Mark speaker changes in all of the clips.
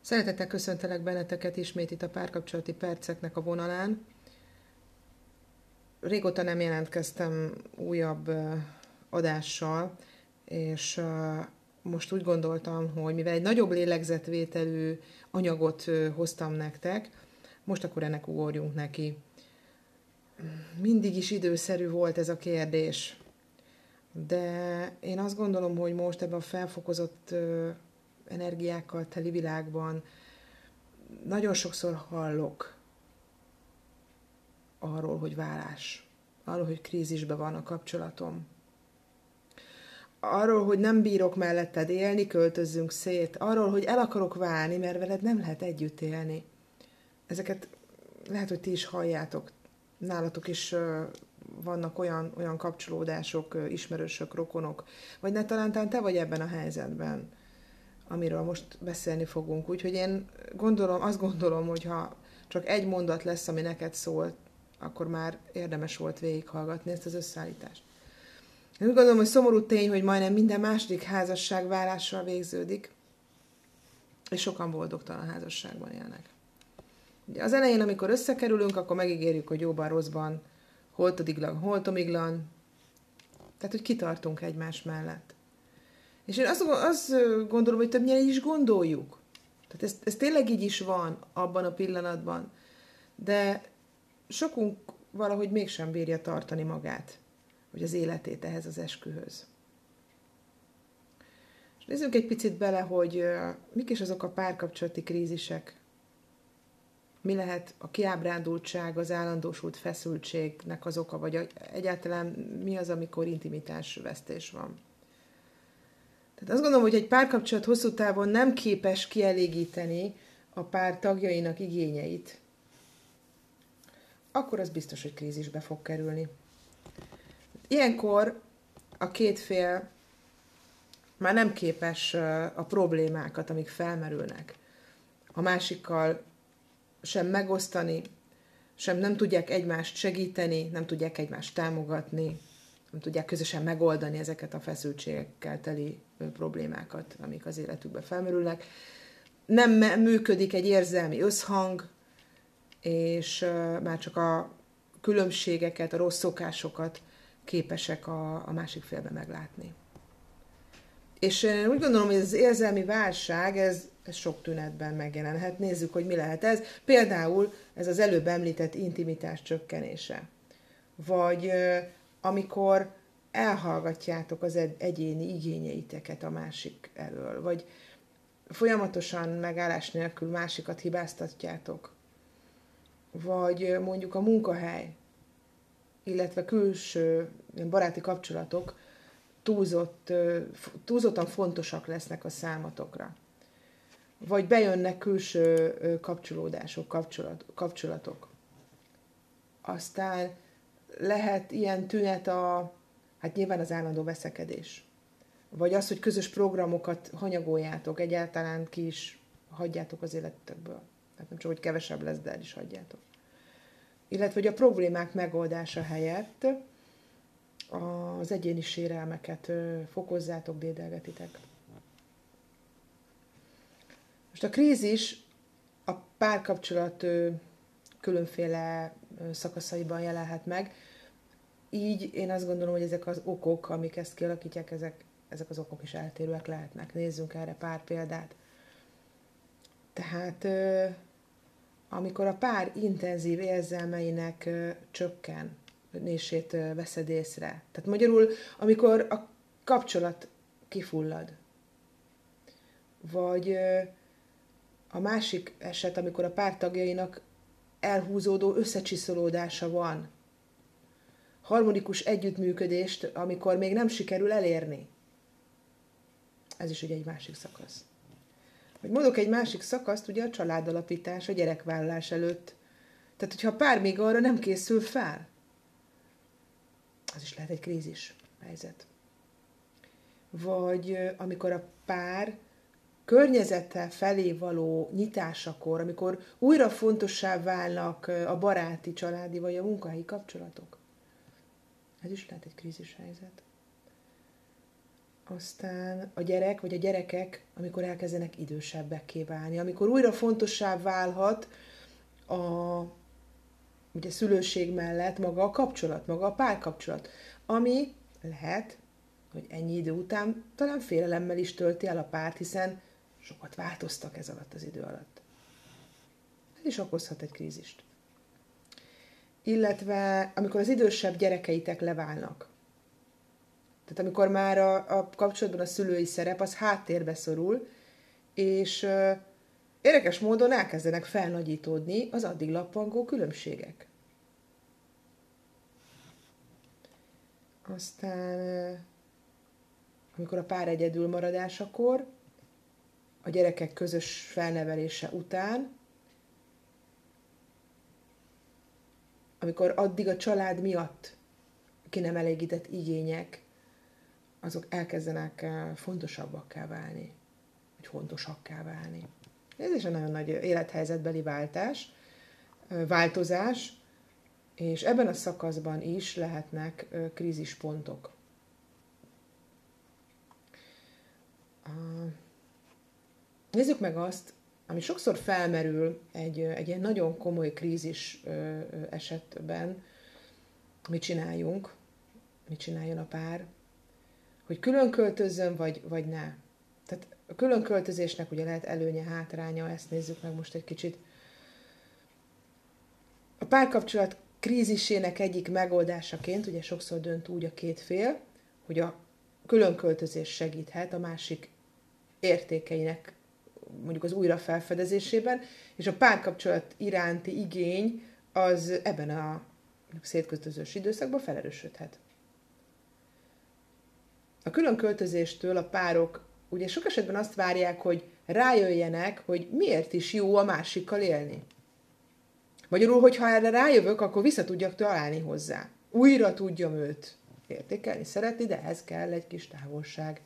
Speaker 1: Szeretettel köszöntelek benneteket ismét itt a párkapcsolati perceknek a vonalán. Régóta nem jelentkeztem újabb adással, és most úgy gondoltam, hogy mivel egy nagyobb lélegzetvételű anyagot hoztam nektek, most akkor ennek ugorjunk neki. Mindig is időszerű volt ez a kérdés, de én azt gondolom, hogy most ebben a felfokozott energiákkal teli világban nagyon sokszor hallok arról, hogy válás, arról, hogy krízisben van a kapcsolatom, arról, hogy nem bírok melletted élni, költözzünk szét, arról, hogy el akarok válni, mert veled nem lehet együtt élni. Ezeket lehet, hogy ti is halljátok. Nálatok is vannak olyan kapcsolódások, ismerősök, rokonok, vagy ne talán te vagy ebben a helyzetben, amiről most beszélni fogunk. Úgyhogy én azt gondolom, hogy ha csak egy mondat lesz, ami neked szól, akkor már érdemes volt végighallgatni ezt az összeállítást. Én úgy gondolom, hogy szomorú tény, hogy majdnem minden második házasság válással végződik, és sokan boldogtalan házasságban élnek. Ugye az elején, amikor összekerülünk, akkor megígérjük, hogy jóban, rosszban, holtodiglan, holtomiglan, tehát, hogy kitartunk egymás mellett. És én azt gondolom, hogy többnyire is gondoljuk. Tehát ez tényleg így is van abban a pillanatban, de sokunk valahogy mégsem bírja tartani magát, vagy az életét ehhez az eskühöz. És nézzünk egy picit bele, hogy mik is azok a párkapcsolati krízisek. Mi lehet a kiábrándultság, az állandósult feszültségnek az oka, vagy egyáltalán mi az, amikor intimitásvesztés van. Tehát azt gondolom, hogy egy párkapcsolat hosszú távon nem képes kielégíteni a pár tagjainak igényeit, akkor az biztos, hogy krízisbe fog kerülni. Ilyenkor a két fél már nem képes a problémákat, amik felmerülnek, a másikkal sem megosztani, sem nem tudják egymást segíteni, nem tudják egymást támogatni, nem tudják közösen megoldani ezeket a feszültségekkel teli problémákat, amik az életükben felmerülnek. Nem működik egy érzelmi összhang, és már csak a különbségeket, a rossz szokásokat képesek a másik félben meglátni. És úgy gondolom, hogy ez az érzelmi válság, ez sok tünetben megjelenhet. Nézzük, hogy mi lehet ez. Például ez az előbb említett intimitás csökkenése. Vagy amikor elhallgatjátok az egyéni igényeiteket a másik elől, vagy folyamatosan megállás nélkül másikat hibáztatjátok, vagy mondjuk a munkahely, illetve külső baráti kapcsolatok túlzottan fontosak lesznek a számotokra. Vagy bejönnek külső kapcsolatok. Aztán lehet ilyen tünet hát nyilván az állandó veszekedés. Vagy az, hogy közös programokat hanyagoljátok, egyáltalán ki is hagyjátok az életetekből. Tehát nem csak, hogy kevesebb lesz, de el is hagyjátok. Illetve, hogy a problémák megoldása helyett az egyéni sérelmeket fokozzátok, dédelgetitek. Most a krízis a párkapcsolat különféle szakaszaiban jelenhet meg. Így én azt gondolom, hogy ezek az okok, amik ezt kialakítják, ezek az okok is eltérőek lehetnek. Nézzünk erre pár példát. Tehát amikor a pár intenzív érzelmeinek csökkenését veszed észre. Tehát magyarul, amikor a kapcsolat kifullad. Vagy a másik eset, amikor a pártagjainak elhúzódó összecsiszolódása van. Harmonikus együttműködést, amikor még nem sikerül elérni. Ez is ugye egy másik szakasz. Hogy mondok egy másik szakaszt, ugye a családalapítás, a gyerekvállalás előtt. Tehát, hogyha a pár még arra nem készül fel, az is lehet egy krízis helyzet. Vagy amikor a pár környezete felé való nyitásakor, amikor újra fontossá válnak a baráti, családi vagy a munkahelyi kapcsolatok. Ez is lehet egy krízis helyzet. Aztán a gyerek vagy a gyerekek, amikor elkezdenek idősebbekké válni, amikor újra fontossá válhat ugye szülőség mellett maga a kapcsolat, maga a párkapcsolat, ami lehet, hogy ennyi idő után talán félelemmel is tölti el a párt, hiszen sokat változtak ez alatt az idő alatt. Ez is okozhat egy krízist. Illetve amikor az idősebb gyerekeitek leválnak. Tehát amikor már a kapcsolatban a szülői szerep az háttérbe szorul, és érdekes módon elkezdenek felnagyítódni az addig lappangó különbségek. Aztán, amikor a pár egyedül maradásakor, a gyerekek közös felnevelése után, amikor addig a család miatt ki nem elégített igények, azok elkezdenek fontosabbakká válni, vagy fontosakká válni. Ez is egy nagyon nagy élethelyzetbeli változás, és ebben a szakaszban is lehetnek krízispontok. Nézzük meg azt, ami sokszor felmerül egy ilyen nagyon komoly krízis esetben, mit csináljunk, mit csináljon a pár, hogy külön költözzön, vagy ne. Tehát a külön költözésnek ugye lehet előnye, hátránya, ezt nézzük meg most egy kicsit. A párkapcsolat krízisének egyik megoldásaként, ugye sokszor dönt úgy a két fél, hogy a külön költözés segíthet a másik értékeinek mondjuk az újrafelfedezésében, és a párkapcsolat iránti igény az ebben a szétköltözős időszakban felerősödhet. A külön költözéstől a párok ugye sok esetben azt várják, hogy rájöjjenek, hogy miért is jó a másikkal élni. Magyarul, hogyha erre rájövök, akkor vissza tudjak találni hozzá. Újra tudjam őt értékelni, szeretni, de ehhez kell egy kis távolság.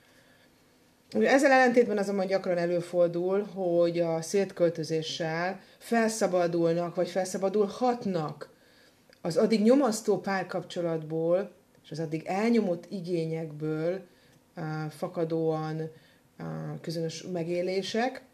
Speaker 1: Ezzel ellentétben azonban gyakran előfordul, hogy a szétköltözéssel felszabadulnak, vagy felszabadulhatnak az addig nyomasztó párkapcsolatból, és az addig elnyomott igényekből fakadóan közönös megélések.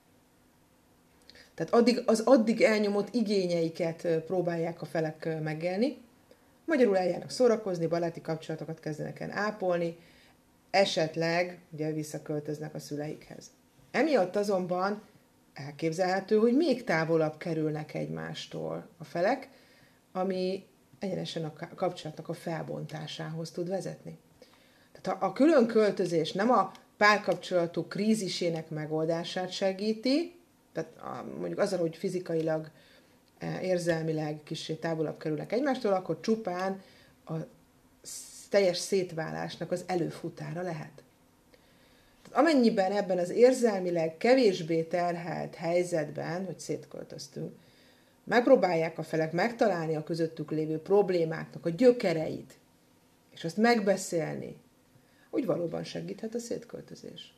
Speaker 1: Tehát az addig elnyomott igényeiket próbálják a felek megélni. Magyarul eljárnak szórakozni, baráti kapcsolatokat kezdenek el ápolni, esetleg ugye visszaköltöznek a szüleikhez. Emiatt azonban elképzelhető, hogy még távolabb kerülnek egymástól a felek, ami egyenesen a kapcsolatnak a felbontásához tud vezetni. Tehát ha a külön költözés nem a párkapcsolatok krízisének megoldását segíti, tehát mondjuk azzal, hogy fizikailag, érzelmileg kissé távolabb kerülnek egymástól, akkor csupán a teljes szétválásnak az előfutára lehet. Tehát amennyiben ebben az érzelmileg kevésbé terhelt helyzetben, hogy szétköltöztünk, megpróbálják a felek megtalálni a közöttük lévő problémáknak a gyökereit, és azt megbeszélni, úgy valóban segíthet a szétköltözés.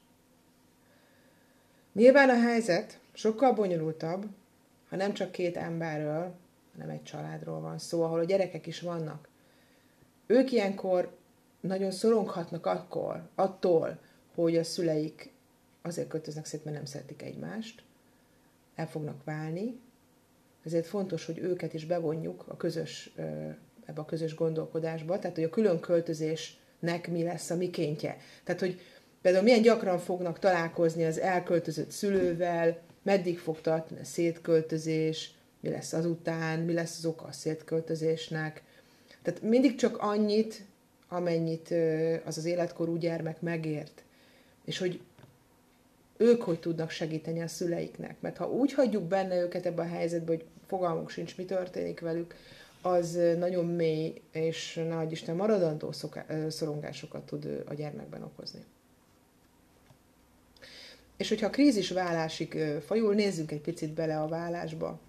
Speaker 1: Nyilván a helyzet sokkal bonyolultabb, ha nem csak két emberről, hanem egy családról van szó, ahol a gyerekek is vannak. Ők ilyenkor nagyon szoronghatnak attól, hogy a szüleik azért költöznek szét, mert nem szeretik egymást, el fognak válni, ezért fontos, hogy őket is bevonjuk ebbe a közös gondolkodásba, tehát hogy a külön költözésnek mi lesz a mikéntje. Tehát, hogy például milyen gyakran fognak találkozni az elköltözött szülővel, meddig fog tartani a szétköltözés, mi lesz azután, mi lesz az oka a szétköltözésnek. Tehát mindig csak annyit, amennyit az életkorú gyermek megért. És hogy ők hogy tudnak segíteni a szüleiknek. Mert ha úgy hagyjuk benne őket ebbe a helyzetbe, hogy fogalmuk sincs, mi történik velük, az nagyon mély, és nehogy Isten maradandó szorongásokat tud a gyermekben okozni. És hogyha a krízis válásig fajul, nézzünk egy picit bele a válásba.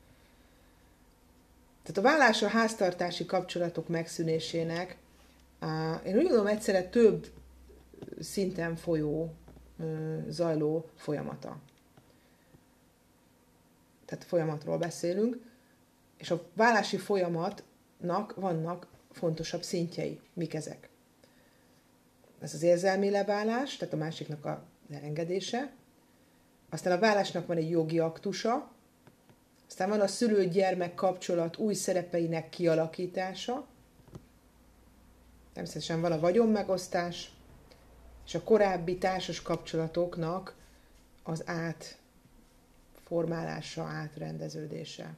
Speaker 1: Tehát a válás a háztartási kapcsolatok megszűnésének, én úgy gondolom, egyszerre több szinten zajló folyamata. Tehát folyamatról beszélünk, és a válási folyamatnak vannak fontosabb szintjei. Mik ezek? ez az érzelmi leválás, tehát a másiknak a elengedése. Aztán a válásnak van egy jogi aktusa, aztán van a szülő-gyermek kapcsolat új szerepeinek kialakítása, természetesen van a vagyonmegosztás, és a korábbi társas kapcsolatoknak az átformálása, átrendeződése.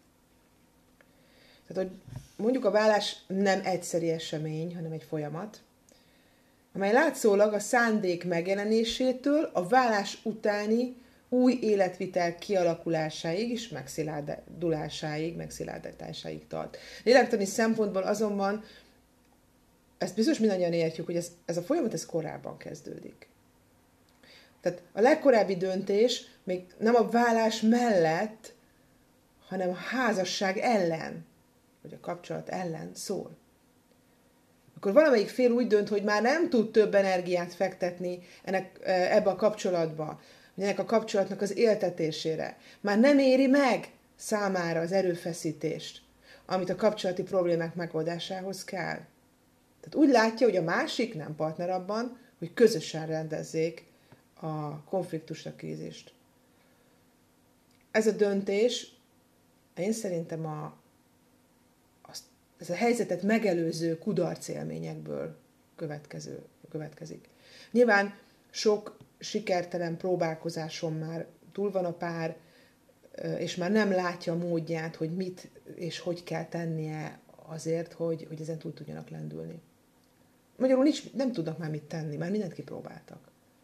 Speaker 1: Tehát, hogy mondjuk a válás nem egyszeri esemény, hanem egy folyamat, amely látszólag a szándék megjelenésétől a válás utáni új életvitel kialakulásáig és megszilárdulásáig, megszilárdításáig tart. Lélektani szempontból azonban ezt biztos mindannyian értjük, hogy ez a folyamat ez korábban kezdődik. Tehát a legkorábbi döntés még nem a válás mellett, hanem a házasság ellen, vagy a kapcsolat ellen szól. Akkor valamelyik fél úgy dönt, hogy már nem tud több energiát fektetni ebbe a kapcsolatba, vagy ennek a kapcsolatnak az éltetésére. Már nem éri meg számára az erőfeszítést, amit a kapcsolati problémák megoldásához kell. Tehát úgy látja, hogy a másik nem partner abban, hogy közösen rendezzék a konfliktust, a krízist. Ez a döntés, én szerintem ez a helyzetet megelőző kudarc élményekből következik. Nyilván sok sikertelen próbálkozáson már túl van a pár, és már nem látja a módját, hogy mit és hogy kell tennie azért, hogy ezen túl tudjanak lendülni. Magyarul nem tudnak már mit tenni, már mindent kipróbáltak.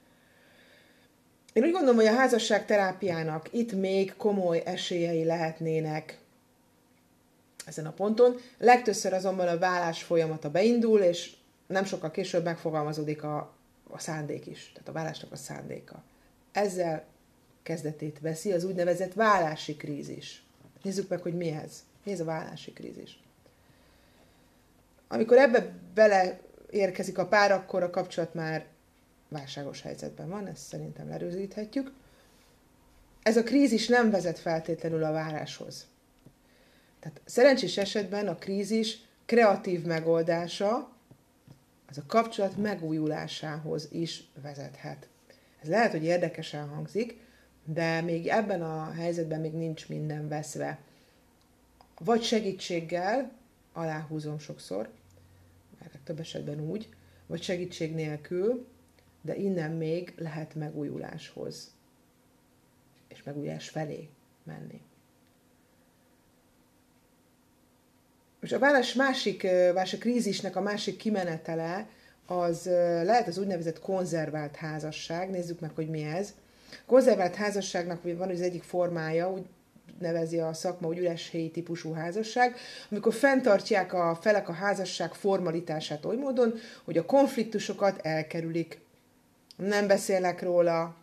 Speaker 1: Én úgy gondolom, hogy a házasságterápiának itt még komoly esélyei lehetnének ezen a ponton. Legtöbbször azonban a válás folyamata beindul, és nem sokkal később megfogalmazódik a szándék is, tehát a válásnak a szándéka. Ezzel kezdetét veszi az úgynevezett válási krízis. Nézzük meg, hogy mi ez. Mi ez a válási krízis? Amikor ebbe beleérkezik a pár, akkor a kapcsolat már válságos helyzetben van, ezt szerintem lerögzíthetjük. Ez a krízis nem vezet feltétlenül a váláshoz. Tehát szerencsés esetben a krízis kreatív megoldása az a kapcsolat megújulásához is vezethet. Ez lehet, hogy érdekesen hangzik, de még ebben a helyzetben még nincs minden veszve. Vagy segítséggel, aláhúzom sokszor, mert több esetben úgy, vagy segítség nélkül, de innen még lehet megújuláshoz és megújulás felé menni. És a válás krízisnek a másik kimenetele az lehet az úgynevezett konzervált házasság. Nézzük meg, hogy mi ez. A konzervált házasságnak van az egyik formája, úgy nevezi a szakma, hogy üreshelyi típusú házasság, amikor fenntartják a felek a házasság formalitását oly módon, hogy a konfliktusokat elkerülik. Nem beszélnek róla,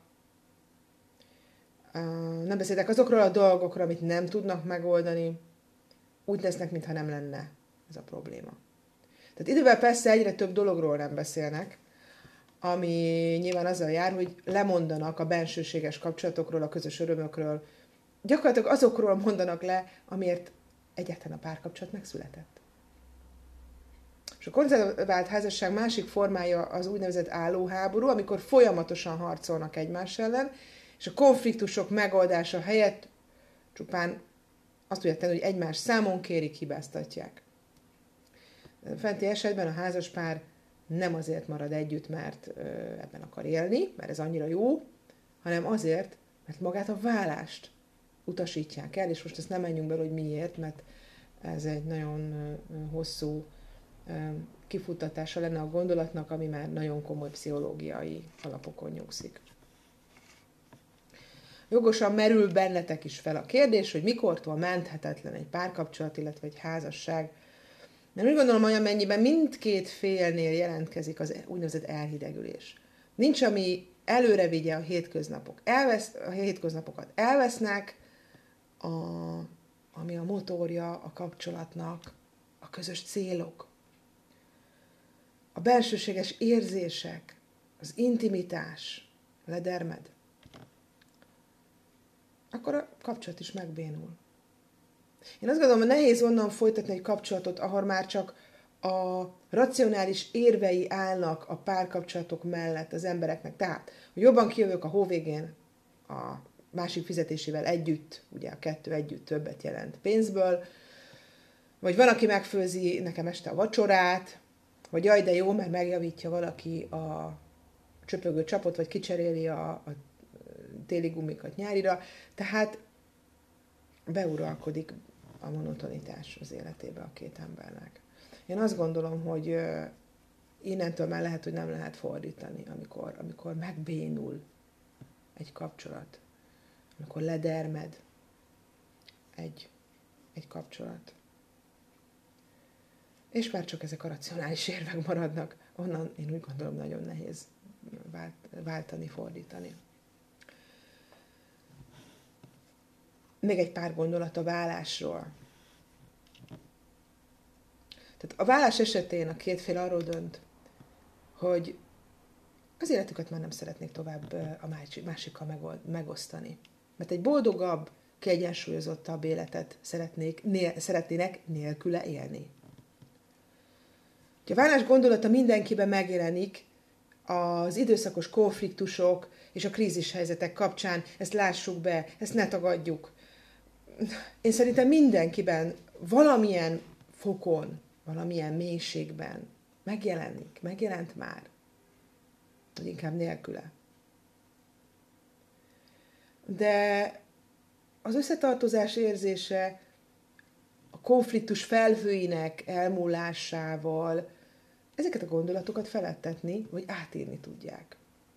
Speaker 1: nem beszélnek azokról a dolgokról, amit nem tudnak megoldani, úgy tesznek, mintha nem lenne ez a probléma. Tehát idővel persze egyre több dologról nem beszélnek, ami nyilván azzal jár, hogy lemondanak a bensőséges kapcsolatokról, a közös örömökről, gyakorlatilag azokról mondanak le, amiért egyáltalán a párkapcsolat megszületett. És a konzervált házasság másik formája az úgynevezett állóháború, amikor folyamatosan harcolnak egymás ellen, és a konfliktusok megoldása helyett csupán azt tudják tenni, hogy egymás számon kérik, hibáztatják. A fenti esetben a házaspár nem azért marad együtt, mert ebben akar élni, mert ez annyira jó, hanem azért, mert magát a válást utasítják el, és most ezt nem menjünk bele, hogy miért, mert ez egy nagyon hosszú kifuttatása lenne a gondolatnak, ami már nagyon komoly pszichológiai alapokon nyugszik. Jogosan merül bennetek is fel a kérdés, hogy mikortól menthetetlen egy párkapcsolat, illetve egy házasság. Mert úgy gondolom, hogy amennyiben mindkét félnél jelentkezik az úgynevezett elhidegülés. Nincs, ami előre vigye a hétköznapok. A hétköznapokat elvesznek, ami a motorja a kapcsolatnak, a közös célok, a bensőséges érzések, az intimitás ledermed, akkor a kapcsolat is megbénul. Én azt gondolom, hogy nehéz onnan folytatni egy kapcsolatot, ahol már csak a racionális érvei állnak a párkapcsolatok mellett az embereknek. Tehát, hogy jobban kijövök a hó végén a másik fizetésével együtt, ugye a kettő együtt többet jelent pénzből, vagy van, aki megfőzi nekem este a vacsorát, vagy jaj, de jó, mert megjavítja valaki a csöpögő csapot, vagy kicseréli a téli gumikat nyárira. Tehát beuralkodik a monotonitás az életébe a két embernek. Én azt gondolom, hogy innentől már lehet, hogy nem lehet fordítani, amikor megbénul egy kapcsolat, amikor ledermed egy kapcsolat. És már csak ezek a racionális érvek maradnak, onnan én úgy gondolom nagyon nehéz váltani, fordítani. Még egy pár gondolat a vállásról. Tehát a vállás esetén a két fél arról dönt, hogy az életüket már nem szeretnék tovább a másikkal megosztani. Mert egy boldogabb, kiegyensúlyozottabb életet szeretnének nélküle élni. A vállás gondolata mindenkiben megjelenik az időszakos konfliktusok és a krízishelyzetek kapcsán, ezt lássuk be, ezt ne tagadjuk. Én szerintem mindenkiben valamilyen fokon, valamilyen mélységben megjelent már, vagy inkább nélküle. De az összetartozás érzése a konfliktus felhőinek elmúlásával ezeket a gondolatokat feledtetni, vagy átírni tudják.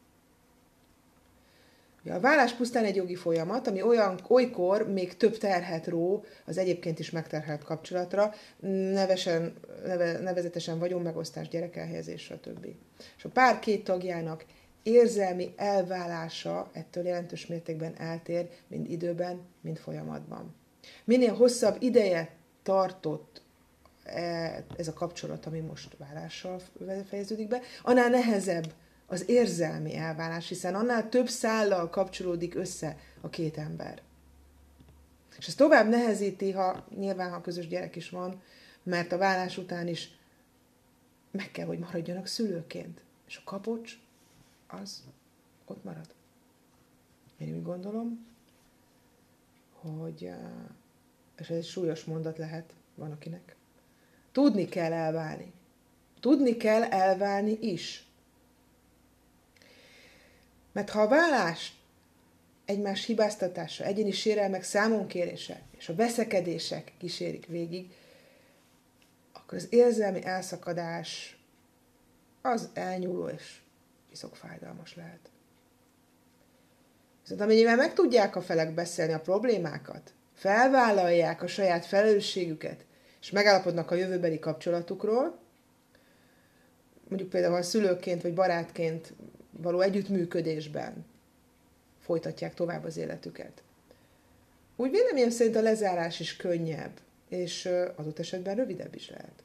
Speaker 1: A vállás pusztán egy jogi folyamat, ami olykor még több terhet ró az egyébként is megterhelt kapcsolatra, nevezetesen vagyonmegosztás, gyerekelhelyezés, stb. És a pár két tagjának érzelmi elválása ettől jelentős mértékben eltér, mind időben, mind folyamatban. Minél hosszabb ideje tartott ez a kapcsolat, ami most válással fejeződik be, annál nehezebb az érzelmi elválás, hiszen annál több szállal kapcsolódik össze a két ember. És ez tovább nehezíti, ha közös gyerek is van, mert a válás után is meg kell, hogy maradjanak szülőként. És a kapocs, az ott marad. Én úgy gondolom, hogy, és ez egy súlyos mondat lehet van akinek, tudni kell elválni. Tudni kell elválni is. Mert ha a válás egymás hibáztatása, egyéni sérelmek számonkérése és a veszekedések kísérik végig, akkor az érzelmi elszakadás az elnyúló és fájdalmas lehet. Viszont amennyiben meg tudják a felek beszélni a problémákat, felvállalják a saját felelősségüket, és megállapodnak a jövőbeli kapcsolatukról, mondjuk például a szülőként vagy barátként való együttműködésben folytatják tovább az életüket. Úgy véleményem szerint a lezárás is könnyebb, és adott esetben rövidebb is lehet.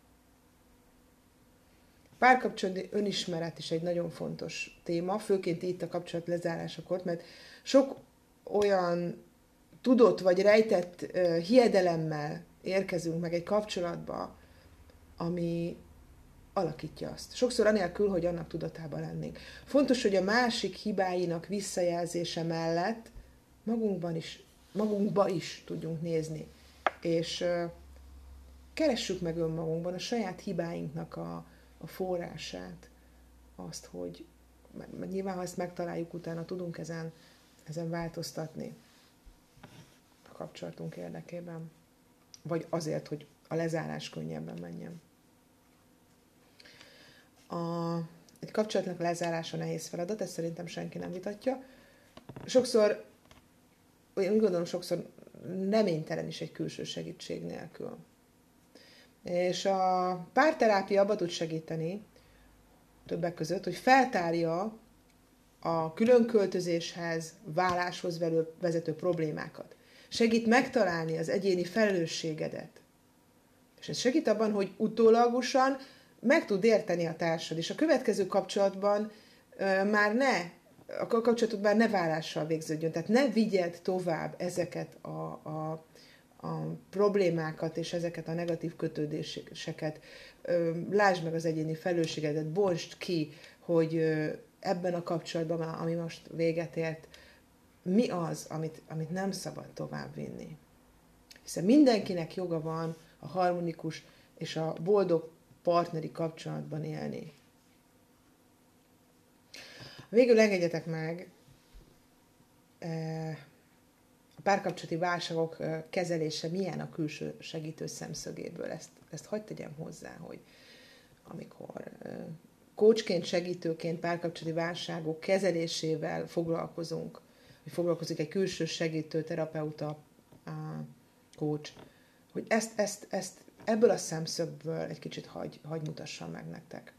Speaker 1: Párkapcsolati önismeret is egy nagyon fontos téma, főként itt a kapcsolat lezárásakor, mert sok olyan tudott vagy rejtett hiedelemmel érkezünk meg egy kapcsolatba, ami alakítja azt. Sokszor anélkül, hogy annak tudatában lennénk. Fontos, hogy a másik hibáinak visszajelzése mellett magunkba is tudjunk nézni. És keressük meg önmagunkban a saját hibáinknak a forrását. Azt, hogy nyilván, ha ezt megtaláljuk, utána tudunk ezen változtatni a kapcsolatunk érdekében. Vagy azért, hogy a lezárás könnyebben menjen. Egy kapcsolatnak lezárása nehéz feladat, ezt szerintem senki nem vitatja. Sokszor, én úgy gondolom, sokszor reménytelen is egy külső segítség nélkül. És a párterápia abba tud segíteni, többek között, hogy feltárja a különköltözéshez, váláshoz vezető problémákat. Segít megtalálni az egyéni felelősségedet. És ez segít abban, hogy utólagosan meg tud érteni a társad, és a következő kapcsolatban a kapcsolatodban ne válással végződjön. Tehát ne vigyed tovább ezeket a problémákat és ezeket a negatív kötődéseket, lásd meg az egyéni felelősségedet, bontsd ki, hogy ebben a kapcsolatban, ami most véget ért, mi az, amit nem szabad továbbvinni. Hiszen mindenkinek joga van a harmonikus és a boldog partneri kapcsolatban élni. Végül engedjetek meg a párkapcsolati válságok kezelése milyen a külső segítő szemszögéből. Ezt hadd tegyem hozzá, hogy amikor coachként, segítőként párkapcsolati válságok kezelésével foglalkozunk, hogy foglalkozik egy külső segítő, terapeuta, coach, hogy ezt ebből a szemszögből egy kicsit hagy mutassam meg nektek.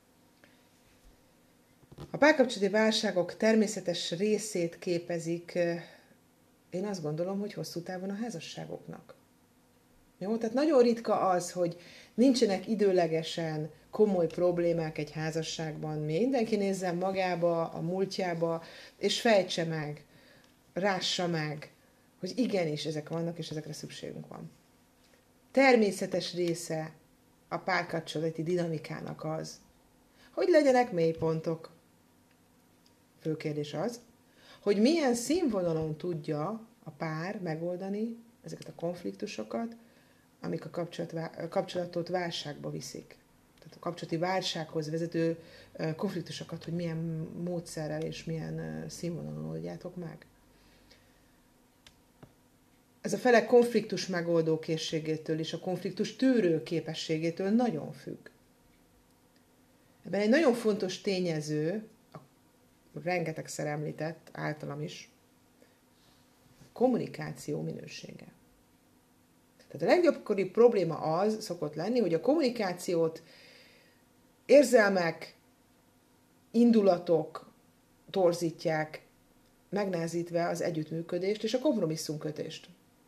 Speaker 1: A párkapcsolati válságok természetes részét képezik, én azt gondolom, hogy hosszú távon a házasságoknak. Jó? Tehát nagyon ritka az, hogy nincsenek időlegesen komoly problémák egy házasságban. Mindenki nézzen magába, a múltjába, és fejtse meg, rássa meg, hogy igenis ezek vannak, és ezekre szükségünk van. Természetes része a párkapcsolati dinamikának az, hogy legyenek mélypontok. Fő kérdés az, hogy milyen színvonalon tudja a pár megoldani ezeket a konfliktusokat, amik a kapcsolatot válságba viszik. Tehát a kapcsolati válsághoz vezető konfliktusokat, hogy milyen módszerrel és milyen színvonalon oldjátok meg. Ez a felek konfliktus megoldó készségétől és a konfliktus tűrő képességétől nagyon függ. Ebben egy nagyon fontos tényező, rengetegszer említett, általam is, a kommunikáció minősége. Tehát a leggyakoribb probléma az szokott lenni, hogy a kommunikációt érzelmek, indulatok torzítják, megnehezítve az együttműködést és a kompromisszumkötést.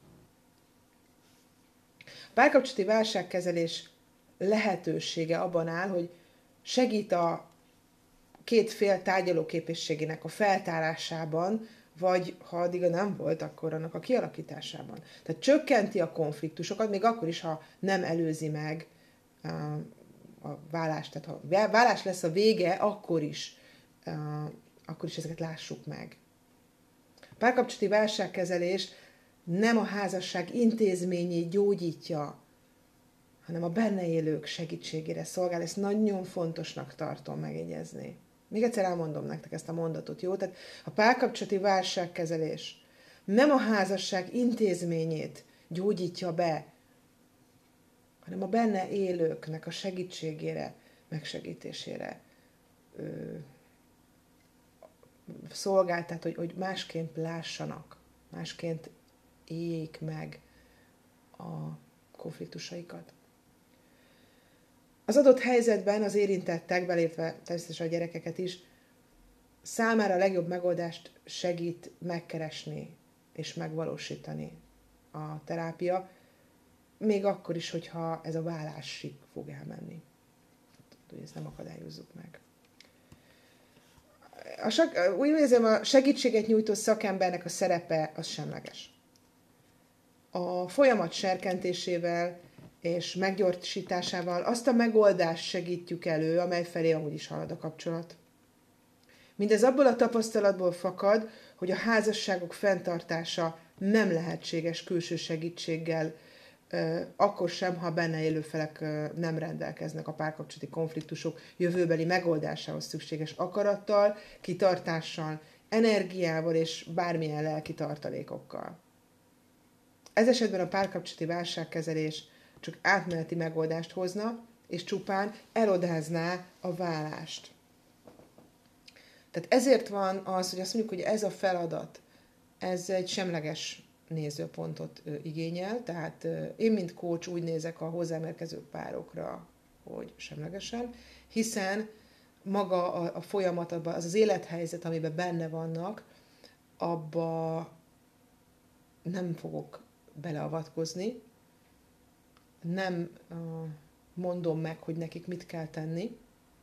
Speaker 1: A párkapcsolati válságkezelés lehetősége abban áll, hogy segít a két fél tárgyalóképességének a feltárásában, vagy ha addig nem volt, akkor annak a kialakításában. Tehát csökkenti a konfliktusokat, még akkor is, ha nem előzi meg a válást. Tehát ha válás lesz a vége, akkor is ezeket lássuk meg. A párkapcsolati válságkezelés nem a házasság intézményét gyógyítja, hanem a benne élők segítségére szolgál. Ezt nagyon fontosnak tartom megjegyezni. Még egyszer elmondom nektek ezt a mondatot, jó? Tehát a párkapcsolati válságkezelés nem a házasság intézményét gyógyítja be, hanem a benne élőknek a segítségére, megsegítésére szolgál, tehát hogy másként lássanak, másként éljék meg a konfliktusaikat. Az adott helyzetben az érintettek, belépve természetesen a gyerekeket is, számára a legjobb megoldást segít megkeresni és megvalósítani a terápia, még akkor is, hogyha ez a válásig fog elmenni. Hogy ezt nem akadályozzuk meg. Úgy érzem, a segítséget nyújtó szakembernek a szerepe az semleges. A folyamat serkentésével és meggyorsításával azt a megoldást segítjük elő, amely felé amúgy is halad a kapcsolat. Mindez abból a tapasztalatból fakad, hogy a házasságok fenntartása nem lehetséges külső segítséggel, akkor sem, ha benne élő felek nem rendelkeznek a párkapcsolati konfliktusok jövőbeli megoldásához szükséges akarattal, kitartással, energiával és bármilyen lelki tartalékokkal. Ez esetben a párkapcsolati válságkezelés csak átmeneti megoldást hozna, és csupán elodázná a válást. Tehát ezért van az, hogy azt mondjuk, hogy ez a feladat, ez egy semleges nézőpontot igényel, tehát én, mint coach úgy nézek a hozzám érkező párokra, hogy semlegesen, hiszen maga a folyamat, az az élethelyzet, amiben benne vannak, abba nem fogok beleavatkozni, nem mondom meg, hogy nekik mit kell tenni.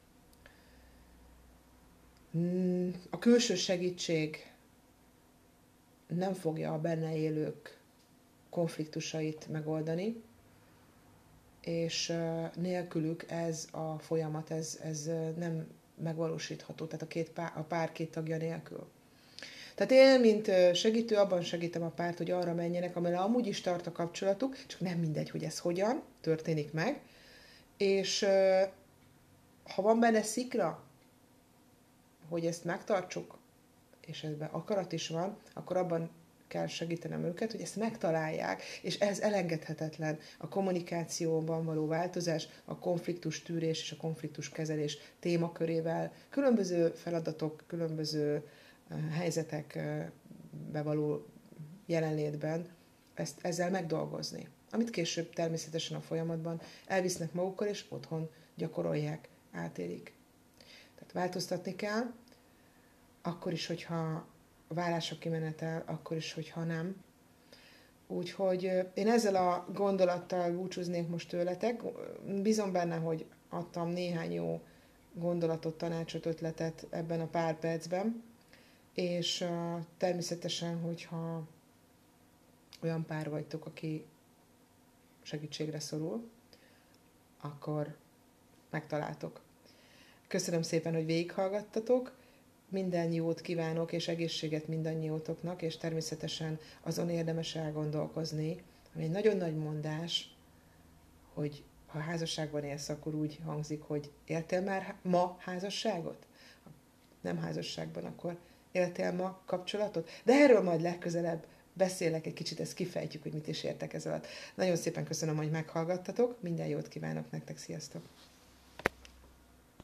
Speaker 1: A külső segítség nem fogja a benne élők konfliktusait megoldani, és nélkülük ez a folyamat, ez nem megvalósítható, tehát a pár két tagja nélkül. Tehát én, mint segítő, abban segítem a párt, hogy arra menjenek, amely amúgy is tart a kapcsolatuk, csak nem mindegy, hogy ez hogyan történik meg, és ha van benne szikra, hogy ezt megtartsuk, és ebben akarat is van, akkor abban kell segítenem őket, hogy ezt megtalálják, és ez elengedhetetlen a kommunikációban való változás, a konfliktus tűrés és a konfliktus kezelés témakörével, különböző feladatok, különböző helyzetekbe való jelenlétben ezzel megdolgozni. Amit később természetesen a folyamatban elvisznek magukkal, és otthon gyakorolják, átélik. Tehát változtatni kell, akkor is, hogyha a vállásra kimenetel, akkor is, hogyha nem. Úgyhogy én ezzel a gondolattal búcsúznék most tőletek. Bízom benne, hogy adtam néhány jó gondolatot, tanácsot, ötletet ebben a pár percben, és természetesen, hogyha olyan pár vagytok, aki segítségre szorul, akkor megtaláltok. Köszönöm szépen, hogy végighallgattatok, minden jót kívánok, és egészséget mindannyiótoknak, és természetesen azon érdemes elgondolkozni, ami egy nagyon nagy mondás, hogy ha házasságban élsz, akkor úgy hangzik, hogy éltél már ma házasságot? Ha nem házasságban, akkor éltél ma kapcsolatot? De erről majd legközelebb beszélek egy kicsit, ezt kifejtjük, hogy mit is értek ez alatt. Nagyon szépen köszönöm, hogy meghallgattatok, minden jót kívánok nektek, sziasztok!